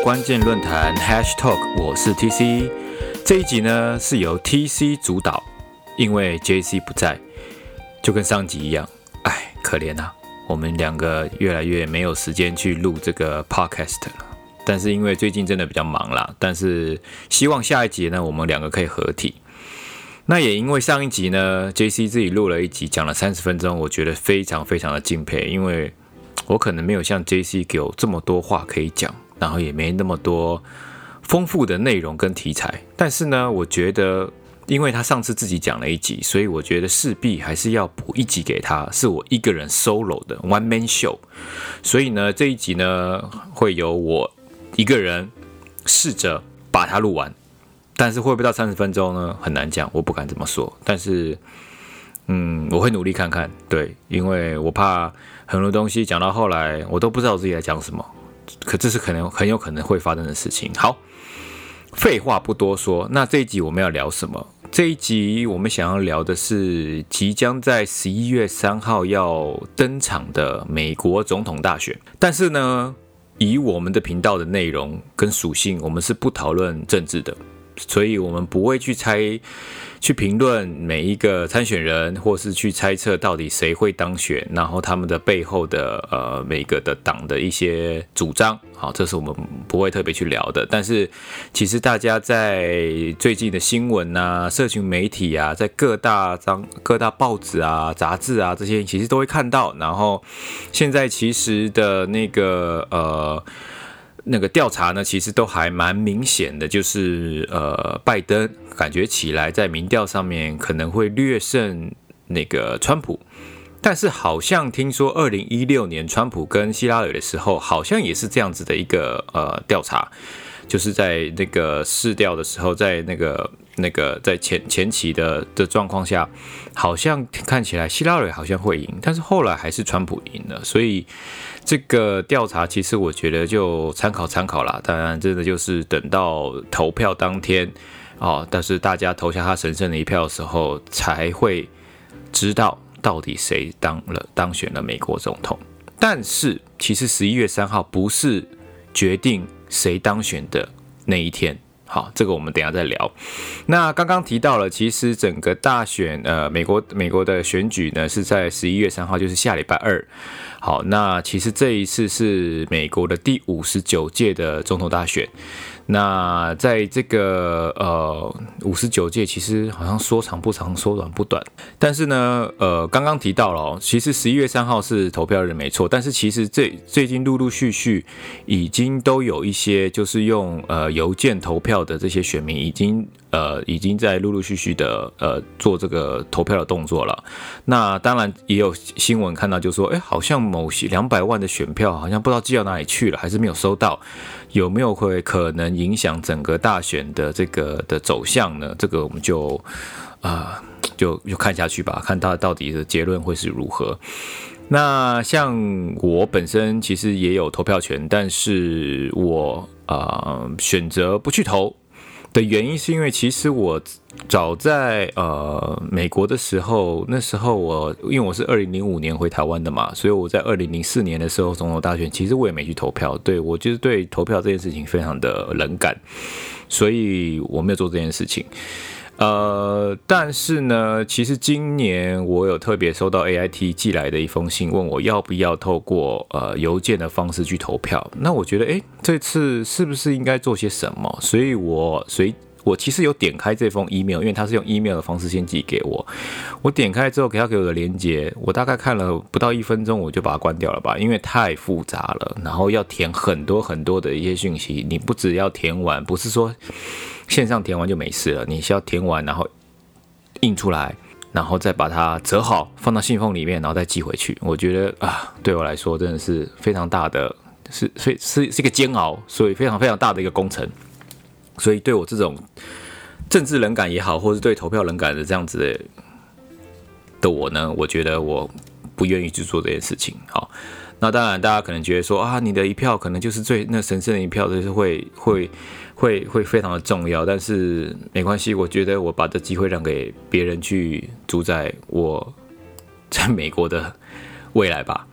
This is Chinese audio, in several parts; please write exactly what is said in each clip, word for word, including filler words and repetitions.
关键论坛 Hash Talk， 我是 T C。这一集呢是由 T C 主导，因为 J C 不在，就跟上集一样，哎，可怜啊，我们两个越来越没有时间去录这个 podcast 了。但是因为最近真的比较忙啦，但是希望下一集呢，我们两个可以合体。那也因为上一集呢 ，J C 自己录了一集，讲了三十分钟，我觉得非常非常的敬佩，因为我可能没有像 J C 有这么多话可以讲，然后也没那么多丰富的内容跟题材。但是呢，我觉得，因为他上次自己讲了一集，所以我觉得势必还是要补一集给他，是我一个人 solo 的 one man show。所以呢，这一集呢，会由我一个人试着把它录完。但是会不会到三十分钟呢？很难讲，我不敢这么说。但是，嗯，我会努力看看。对，因为我怕很多东西讲到后来，我都不知道我自己在讲什么。可这是可能很有可能会发生的事情。好，废话不多说，那这一集我们要聊什么？这一集我们想要聊的是即将在十一月三号要登场的美国总统大选。但是呢，以我们的频道的内容跟属性，我们是不讨论政治的。所以我们不会去猜、去评论每一个参选人，或是去猜测到底谁会当选，然后他们的背后的呃每个的党的一些主张，好，这是我们不会特别去聊的。但是其实大家在最近的新闻啊、社群媒体啊，在各大张、各大报纸啊、杂志啊这些，其实都会看到。然后现在其实的那个呃。那个调查呢，其实都还蛮明显的，就是呃，拜登感觉起来在民调上面可能会略胜那个川普，但是好像听说二零一六年川普跟希拉里的时候，好像也是这样子的一个呃调查，就是在那个市调的时候，在那个那个在前前期的的状况下，好像看起来希拉里好像会赢，但是后来还是川普赢了，所以。这个调查其实我觉得就参考参考啦，当然真的就是等到投票当天哦，但是大家投下他神圣的一票的时候，才会知道到底谁当了当选了美国总统。但是其实十一月三号不是决定谁当选的那一天。好，这个我们等一下再聊。那刚刚提到了，其实整个大选，呃，美国美国的选举呢是在十一月三号，就是下礼拜二。好，那其实这一次是美国的第五十九届的总统大选。那在这个呃五十九届，其实好像说长不长，说短不短。但是呢，呃，刚刚提到了、哦，其实十一月三号是投票日没错，但是其实最最近陆陆续续已经都有一些就是用呃邮件投票的这些选民已经呃已经在陆陆续续的呃做这个投票的动作了。那当然也有新闻看到就说，哎，好像某些两百万的选票好像不知道寄到哪里去了，还是没有收到。有没有会可能影响整个大选的这个的走向呢？这个我们就啊、呃、就就看下去吧，看它到底的结论会是如何。那像我本身其实也有投票权，但是我啊、呃、选择不去投的原因是因为其实我早在呃美国的时候，那时候我因为我是二零零五年回台湾的嘛，所以我在二零零四年的时候总统大选，其实我也没去投票，对我就是对投票这件事情非常的冷感，所以我没有做这件事情。呃，但是呢，其实今年我有特别收到 A I T 寄来的一封信，问我要不要透过呃邮件的方式去投票。那我觉得，哎，这次是不是应该做些什么？所以我随我其实有点开这封 email， 因为他是用 email 的方式先寄给我。我点开之后，给他给我的连结，我大概看了不到一分钟，我就把它关掉了吧，因为太复杂了，然后要填很多很多的一些讯息，你不只要填完，不是说。线上填完就没事了，你需要填完，然后印出来，然后再把它折好，放到信封里面，然后再寄回去。我觉得啊，对我来说真的是非常大的，是是是是一个煎熬，所以非常非常大的一个工程。所以对我这种政治冷感也好，或是对投票冷感的这样子的的我呢，我觉得我不愿意去做这件事情。好。那当然，大家可能觉得说啊，你的一票可能就是最那神圣的一票，就是会会会会非常的重要。但是没关系，我觉得我把这机会让给别人去主宰我在美国的未来吧。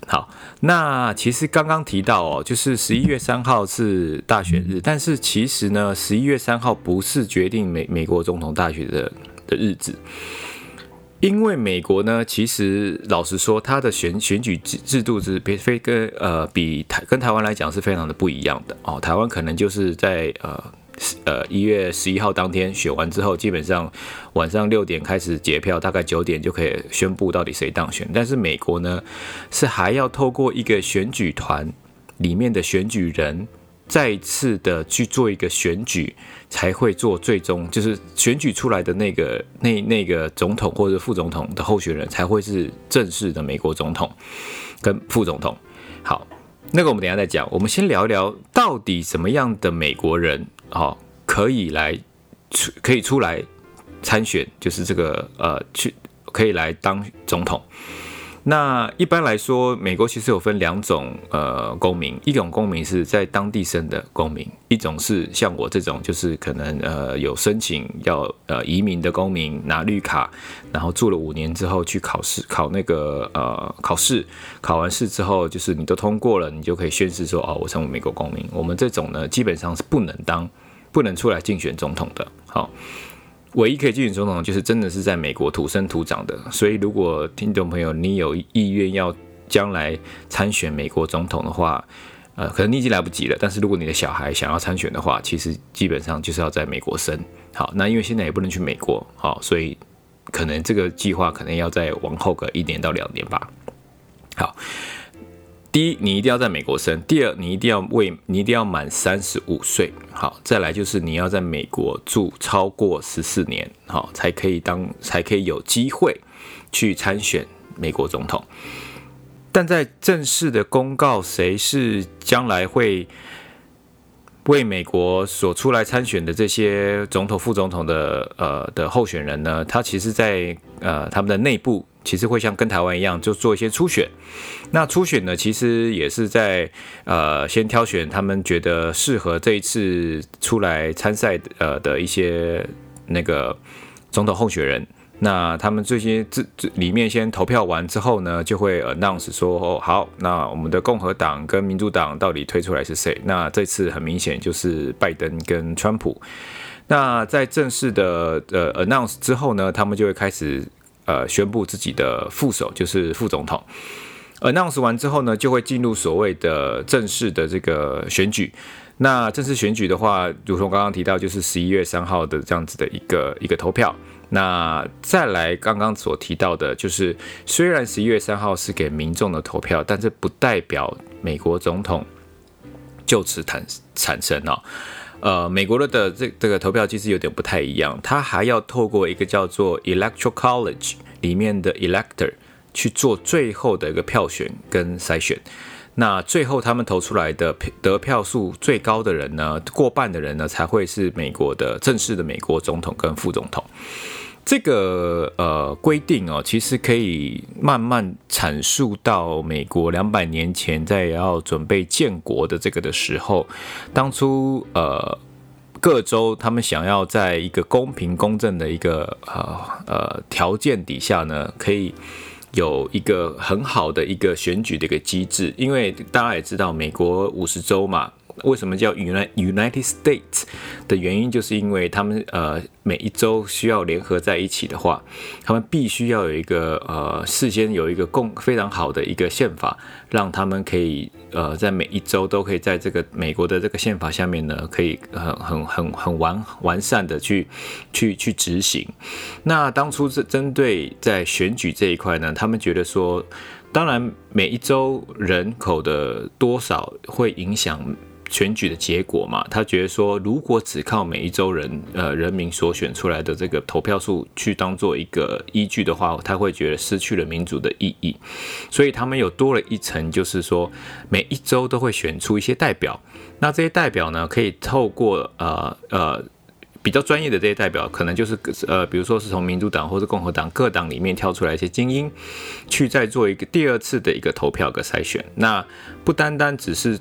好，那其实刚刚提到哦，就是十一月三号是大选日，但是其实呢，十一月三号不是决定美美国总统大选的的日子。因为美国呢，其实老实说，它的选选举制制度是非跟呃比台跟台湾来讲是非常的不一样的哦。台湾可能就是在呃呃一月十一号当天选完之后，基本上晚上六点开始结票，大概九点就可以宣布到底谁当选。但是美国呢，是还要透过一个选举团里面的选举人，再次的去做一个选举，才会做最终，就是选举出来的那个那那个总统或者副总统的候选人，才会是正式的美国总统跟副总统。好，那个我们等一下再讲。我们先聊一聊，到底什么样的美国人，哦，可以来可以出来参选，就是这个呃去可以来当总统。那一般来说，美国其实有分两种呃公民，一种公民是在当地生的公民，一种是像我这种，就是可能呃有申请要呃移民的公民，拿绿卡，然后住了五年之后去考试，考那个呃考试，考完试之后，就是你都通过了，你就可以宣誓说哦，我成为美国公民。我们这种呢，基本上是不能当，不能出来竞选总统的。好。唯一可以竞选总统，就是真的是在美国土生土长的。所以，如果听众朋友你有意愿要将来参选美国总统的话，呃，可能你已经来不及了。但是，如果你的小孩想要参选的话，其实基本上就是要在美国生。好，那因为现在也不能去美国，好，所以可能这个计划可能要再往后个一年到两年吧。好。第一，你一定要在美国生；第二，你一定要为你一定要满三十五岁。好，再来就是你要在美国住超过十四年，好，才可以当才可以有机会去参选美国总统。但在正式的公告谁是将来会为美国所出来参选的这些总统、副总统的呃的候选人呢，他其实在呃他们的内部。其实会像跟台湾一样，就做一些初选。那初选呢，其实也是在呃先挑选他们觉得适合这一次出来参赛呃的一些那个总统候选人。那他们这些里面先投票完之后呢，就会 announce 说，哦，好，那我们的共和党跟民主党到底推出来是谁？那这次很明显就是拜登跟川普。那在正式的呃 announce 之后呢，他们就会开始。呃，宣布自己的副手就是副总统。announce 完之后呢，就会进入所谓的正式的这个选举。那正式选举的话，如同刚刚提到，就是十一月三号的这样子的一个一个投票。那再来刚刚所提到的，就是虽然十一月三号是给民众的投票，但这不代表美国总统就此产产生哦。呃，美国的这这个投票机制有点不太一样，它还要透过一个叫做 Electoral College 里面的 elector 去做最后的一个票选跟筛选。那最后他们投出来的得票数最高的人呢，过半的人呢，才会是美国的正式的美国总统跟副总统。这个呃规定哦，其实可以慢慢阐述到美国两百年前在要准备建国的这个的时候，当初呃各州他们想要在一个公平公正的一个呃呃条件底下呢，可以有一个很好的一个选举的一个机制，因为大家也知道美国五十州嘛。为什么叫 United States 的原因，就是因为他们呃每一州需要联合在一起的话，他们必须要有一个呃事先有一个共非常好的一个宪法，让他们可以呃在每一州都可以在这个美国的这个宪法下面呢，可以很很很很完完善的去去去执行。那当初是针对在选举这一块呢，他们觉得说，当然每一州人口的多少会影响选举的结果嘛，他觉得说，如果只靠每一州人呃人民所选出来的这个投票数去当做一个依据的话，他会觉得失去了民主的意义。所以他们有多了一层，就是说每一州都会选出一些代表，那这些代表呢，可以透过呃呃比较专业的这些代表，可能就是呃比如说是从民主党或者共和党各党里面挑出来一些精英，去再做一个第二次的一个投票跟筛选。那不单单只是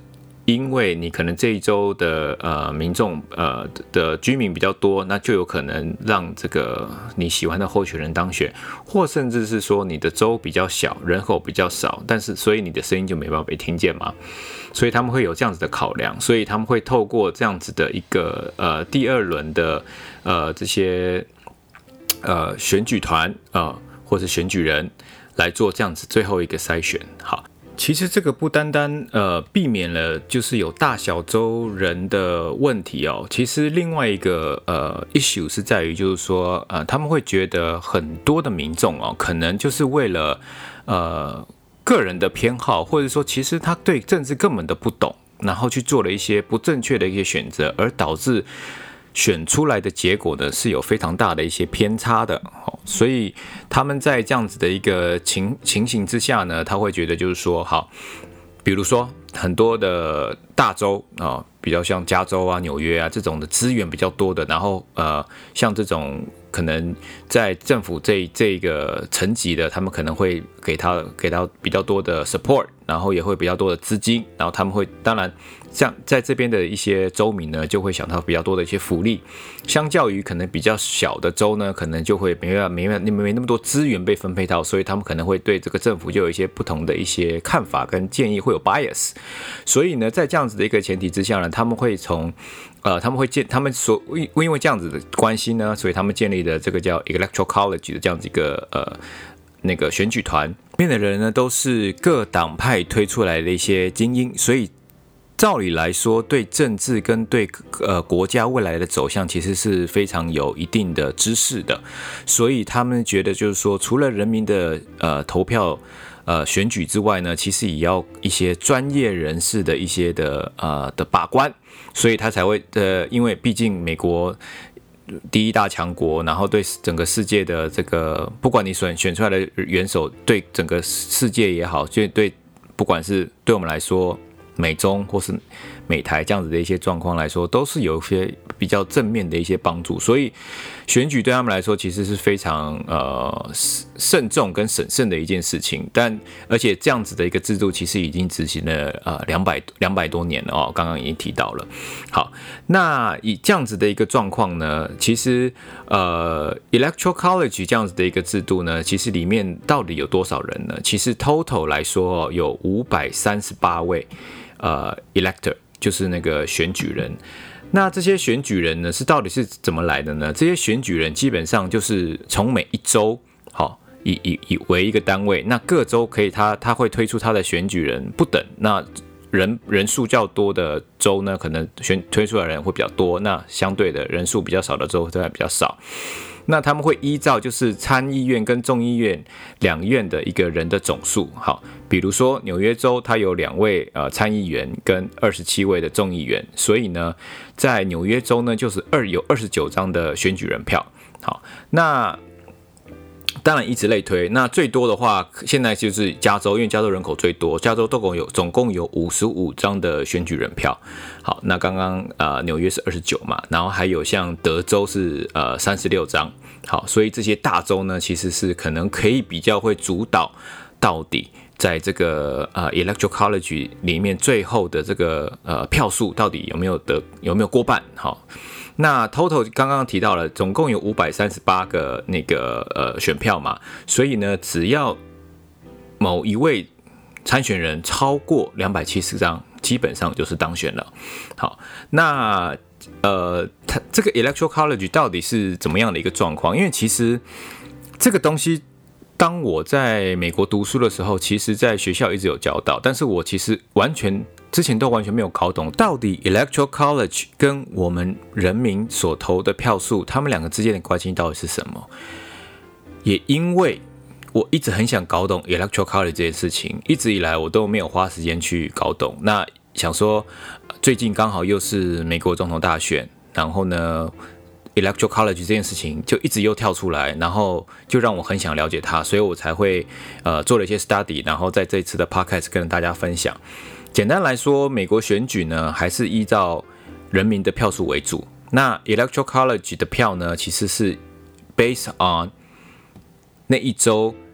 因为你可能这一州的呃民众呃的居民比较多，那就有可能让这个你喜欢的候选人当选，或甚至是说你的州比较小，人口比较少，但是所以你的声音就没办法被听见嘛，所以他们会有这样子的考量，所以他们会透过这样子的一个呃第二轮的呃这些呃选举团呃或是选举人来做这样子最后一个筛选。好。其实这个不单单呃避免了就是有大小州人的问题哦，其实另外一个呃 issue 是在于就是说呃他们会觉得很多的民众哦，可能就是为了呃个人的偏好，或者说其实他对政治根本都不懂，然后去做了一些不正确的一些选择，而导致选出来的结果呢是有非常大的一些偏差的，所以他们在这样子的一个情情形之下呢，他会觉得就是说，好，比如说很多的大州啊，比较像加州啊、纽约啊这种的资源比较多的，然后呃，像这种可能在政府这这个层级的，他们可能会给他给到比较多的 support， 然后也会比较多的资金，然后他们会当然。像在这边的一些州民呢，就会想到比较多的一些福利，相较于可能比较小的州呢，可能就会没办法没没没那么多资源被分配到，所以他们可能会对这个政府就有一些不同的一些看法跟建议，会有 bias。所以呢，在这样子的一个前提之下呢，他们会从呃他们会建他们所因为这样子的关系呢，所以他们建立的这个叫 Electoral College 的这样子一个呃那个选举团，里面的人呢都是各党派推出来的一些精英，所以。照理来说，对政治跟对呃国家未来的走向，其实是非常有一定的知识的，所以他们觉得就是说，除了人民的呃投票呃选举之外呢，其实也要一些专业人士的一些的呃的把关，所以他才会呃，因为毕竟美国。第一大强国，然后对整个世界的这个，不管你选选出来的元首，对整个世界也好，就对不管是对我们来说。美中或是美台这样子的一些状况来说，都是有一些比较正面的一些帮助，所以选举对他们来说其实是非常呃慎重跟审慎的一件事情。但而且这样子的一个制度其实已经执行了呃两百两百多年了哦，刚刚已经提到了。好，那以这样子的一个状况呢，其实呃 Electoral College 这样子的一个制度呢，其实里面到底有多少人呢？其实 total 来说哦，有五百三十八位。呃 ，elector 就是那个选举人。那这些选举人呢，是到底是怎么来的呢？这些选举人基本上就是从每一州，好、哦，以以以为一个单位，那各州可以他他会推出他的选举人不等。那人人数较多的州呢，可能选推出来的人会比较多；那相对的人数比较少的州，当然比较少。那他们会依照就是参议院跟众议院两院的一个人的总数，好，比如说纽约州它有两位呃参议员跟二十七位的众议员，所以呢，在纽约州呢就是二有二十九张的选举人票，好，那。当然，以此类推。那最多的话，现在就是加州，因为加州人口最多，加州总共有总共有五十五张的选举人票。好，那刚刚呃纽约是二十九嘛，然后还有像德州是呃三十六张。好，所以这些大州呢，其实是可能可以比较会主导到底在这个呃 Electoral College 里面最后的这个呃票数到底有没有得有没有过半？好。那 total 刚刚提到了，总共有五百三十八个那个呃选票嘛，所以呢，只要某一位参选人超过两百七十张，基本上就是当选了。好，那呃，它这个 Electoral College 到底是怎么样的一个状况？因为其实这个东西，当我在美国读书的时候，其实在学校一直有教到，但是我其实完全。之前都完全没有搞懂，到底 Electoral College 跟我们人民所投的票数，他们两个之间的关系到底是什么？也因为我一直很想搞懂 Electoral College 这件事情，一直以来我都没有花时间去搞懂。那想说，最近刚好又是美国总统大选，然后呢 ，Electoral College 这件事情就一直又跳出来，然后就让我很想了解它，所以我才会呃做了一些 study， 然后在这一次的 podcast 跟大家分享。简单来说，美国选举呢还是依照人民的票数为主。那 Electoral College 的票呢，其实是 based on 那一周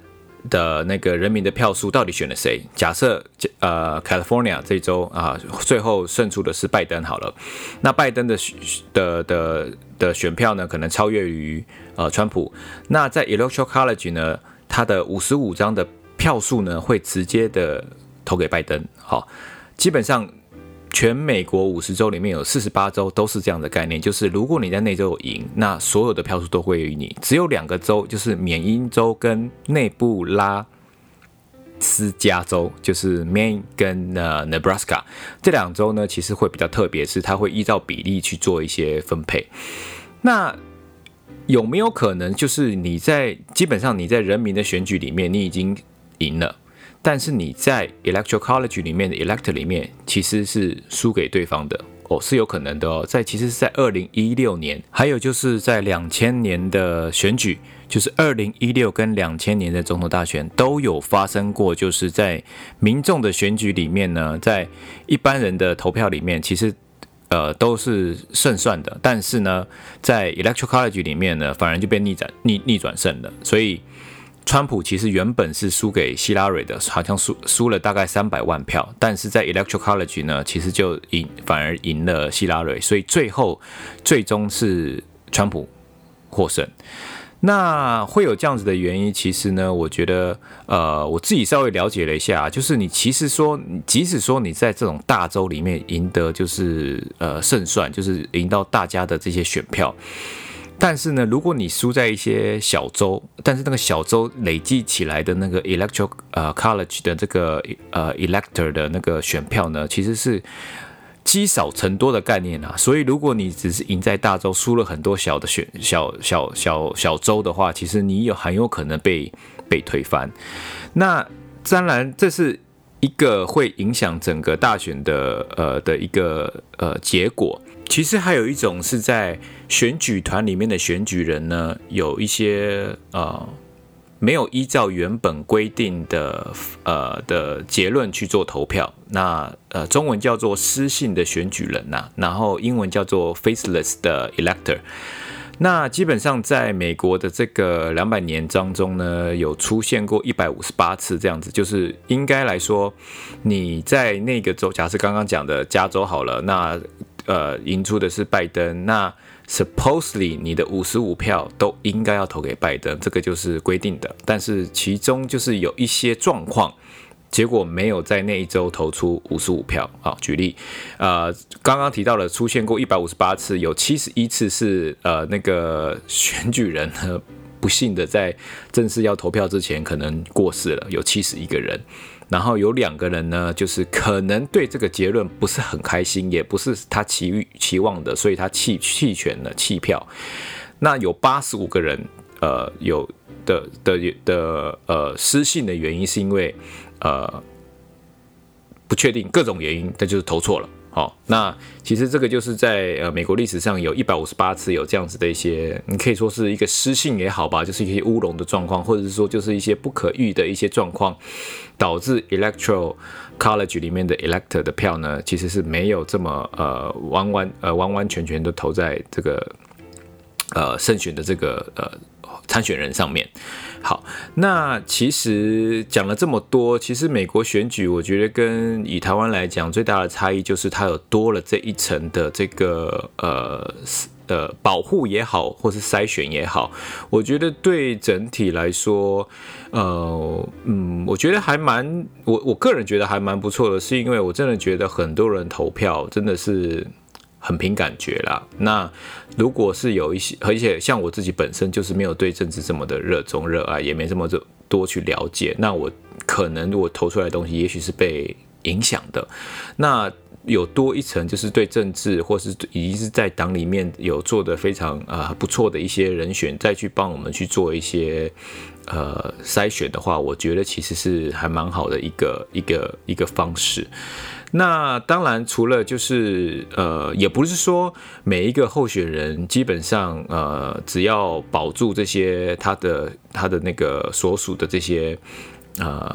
的那个人民的票数到底选了谁？假设呃 California 这州啊、呃，最后胜出的是拜登好了，那拜登的的的的选票呢，可能超越于呃川普。那在 Electoral College 呢，它的五十五张的票数呢，会直接的投给拜登。好，基本上全美国五十州里面有四十八州都是这样的概念，就是如果你在内州有赢，那所有的票数都会于你。只有两个州，就是缅因州跟内布拉斯加州，就是 Maine 跟、呃、Nebraska 这两州呢，其实会比较特别，是它会依照比例去做一些分配。那有没有可能就是你在基本上你在人民的选举里面你已经赢了，但是你在 Electoral College 里面的 Elector 里面其实是输给对方的哦，是有可能的哦。在其实是在二零一六年，还有就是在两千年的选举，就是二零一六跟两千年的总统大选都有发生过，就是在民众的选举里面呢，在一般人的投票里面，其实呃都是胜算的，但是呢，在 Electoral College 里面呢，反而就变逆转逆逆转胜了，所以。川普其实原本是输给希拉蕊的，好像输输了大概三百万票，但是在 Electoral College 呢，其实就赢，反而赢了希拉蕊，所以最后最终是川普获胜。那会有这样子的原因，其实呢，我觉得，呃，我自己稍微了解了一下，就是你其实说，即使说你在这种大州里面赢得就是呃胜算，就是赢到大家的这些选票。但是呢，如果你输在一些小州，但是那个小州累积起来的那个 electoral 呃 college 的这个呃 elector 的那个选票呢，其实是积少成多的概念啊。所以如果你只是赢在大州，输了很多小的选小小小小州的话，其实你有很有可能被被推翻。那当然，这是一个会影响整个大选的呃的一个呃结果。其实还有一种是在选举团里面的选举人呢，有一些呃没有依照原本规定的呃的结论去做投票，那呃中文叫做失信的选举人呐、啊，然后英文叫做 faceless 的 elector。那基本上在美国的这个两百年当中呢，有出现过一百五十八次这样子，就是应该来说，你在那个州，假设刚刚讲的加州好了，那呃赢出的是拜登，那 supposedly 你的五十五票都应该要投给拜登，这个就是规定的，但是其中就是有一些状况。结果没有在那一周投出五十五票啊。举例，呃，刚刚提到了出现过一百五十八次，有七十一次是呃那个选举人呢不幸的在正式要投票之前可能过世了，有七十一个人。然后有两个人呢，就是可能对这个结论不是很开心，也不是他期期望的，所以他弃弃权了，弃票。那有八十五个人，呃，有的的的呃失信的原因是因为。呃，不确定各种原因，那就是投错了。好、哦，那其实这个就是在呃美国历史上有一百五十八次有这样子的一些，你可以说是一个失信也好吧，就是一些乌龙的状况，或者是说就是一些不可预的一些状况，导致 Electoral College 里面的 elector 的票呢，其实是没有这么呃完完呃完完全全的投在这个呃胜选的这个呃参选人上面。好，那其实讲了这么多，其实美国选举，我觉得跟以台湾来讲最大的差异就是它有多了这一层的这个呃呃保护也好，或是筛选也好，我觉得对整体来说，呃嗯，我觉得还蛮我我个人觉得还蛮不错的，是因为我真的觉得很多人投票真的是。很凭感觉啦。那如果是有一些，而且像我自己本身就是没有对政治这么的热衷热爱，也没这么多去了解，那我可能如果投出来的东西，也许是被影响的。那有多一层，就是对政治或是已经是在党里面有做的非常呃不错的一些人选，再去帮我们去做一些呃筛选的话，我觉得其实是还蛮好的一个一个一个方式。那当然，除了就是呃，也不是说每一个候选人基本上呃，只要保住这些他的他的那个所属的这些呃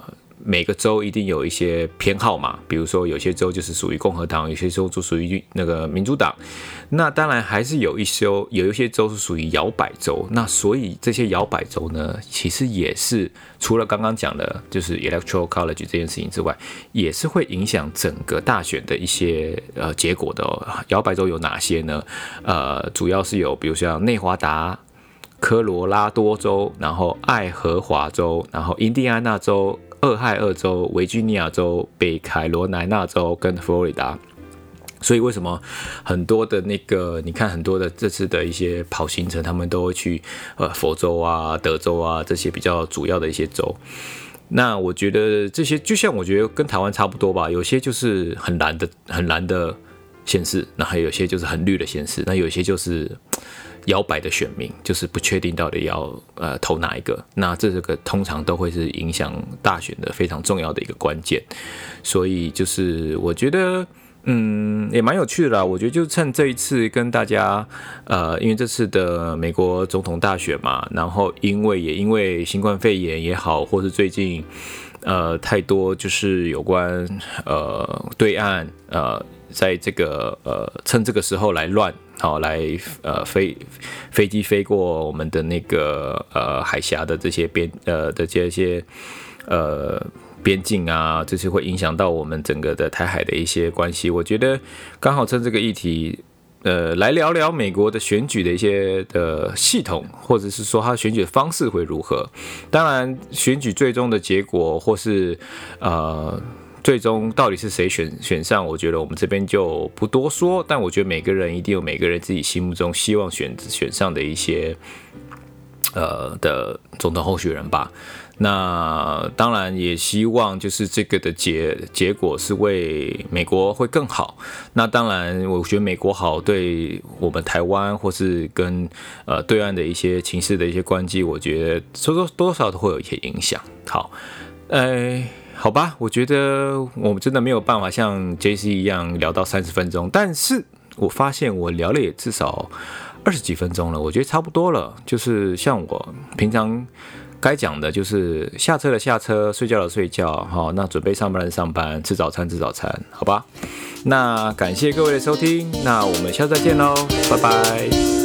每个州一定有一些偏好嘛，比如说有些州就是属于共和党，有些州就属于那个民主党。那当然还是有一些有一些州是属于摇摆州。那所以这些摇摆州呢，其实也是除了刚刚讲的就是 Electoral College 这件事情之外，也是会影响整个大选的一些呃结果的哦。摇摆州有哪些呢？呃，主要是有比如像内华达、科罗拉多州，然后爱荷华州，然后印第安纳州、俄亥俄州、维吉尼亚州、北卡罗来纳州跟佛罗里达。所以为什么很多的那个，你看很多的这次的一些跑行程，他们都会去呃佛州啊、德州啊这些比较主要的一些州。那我觉得这些就像我觉得跟台湾差不多吧，有些就是很蓝的很蓝的县市，然后有些就是很绿的县市，那有些就是摇摆的选民，就是不确定到底要呃投哪一个。那这个通常都会是影响大选的非常重要的一个关键。所以就是我觉得。嗯，也蛮有趣的啦。我觉得就趁这一次跟大家，呃，因为这次的美国总统大选嘛，然后因为也因为新冠肺炎也好，或是最近呃太多就是有关呃对岸呃在这个呃趁这个时候来乱，好、哦、来呃飞飞机飞过我们的那个呃海峡的这些边呃的这些呃。边境啊，这些会影响到我们整个的台海的一些关系。我觉得刚好趁这个议题，呃，来聊聊美国的选举的一些的系统，或者是说它选举的方式会如何。当然，选举最终的结果，或是呃，最终到底是谁选选上，我觉得我们这边就不多说。但我觉得每个人一定有每个人自己心目中希望选选上的一些呃的总统候选人吧。那当然也希望就是这个的结结果是为美国会更好。那当然，我觉得美国好对我们台湾或是跟呃对岸的一些情势的一些关系，我觉得多多多少都会有一些影响。好，呃，好吧，我觉得我们真的没有办法像 J C 一样聊到三十分钟，但是我发现我聊了也至少二十几分钟了，我觉得差不多了。就是像我平常。该讲的就是下车的下车，睡觉的睡觉，好，那准备上班的上班，吃早餐吃早餐，好吧？那感谢各位的收听，那我们下次再见喽，拜拜。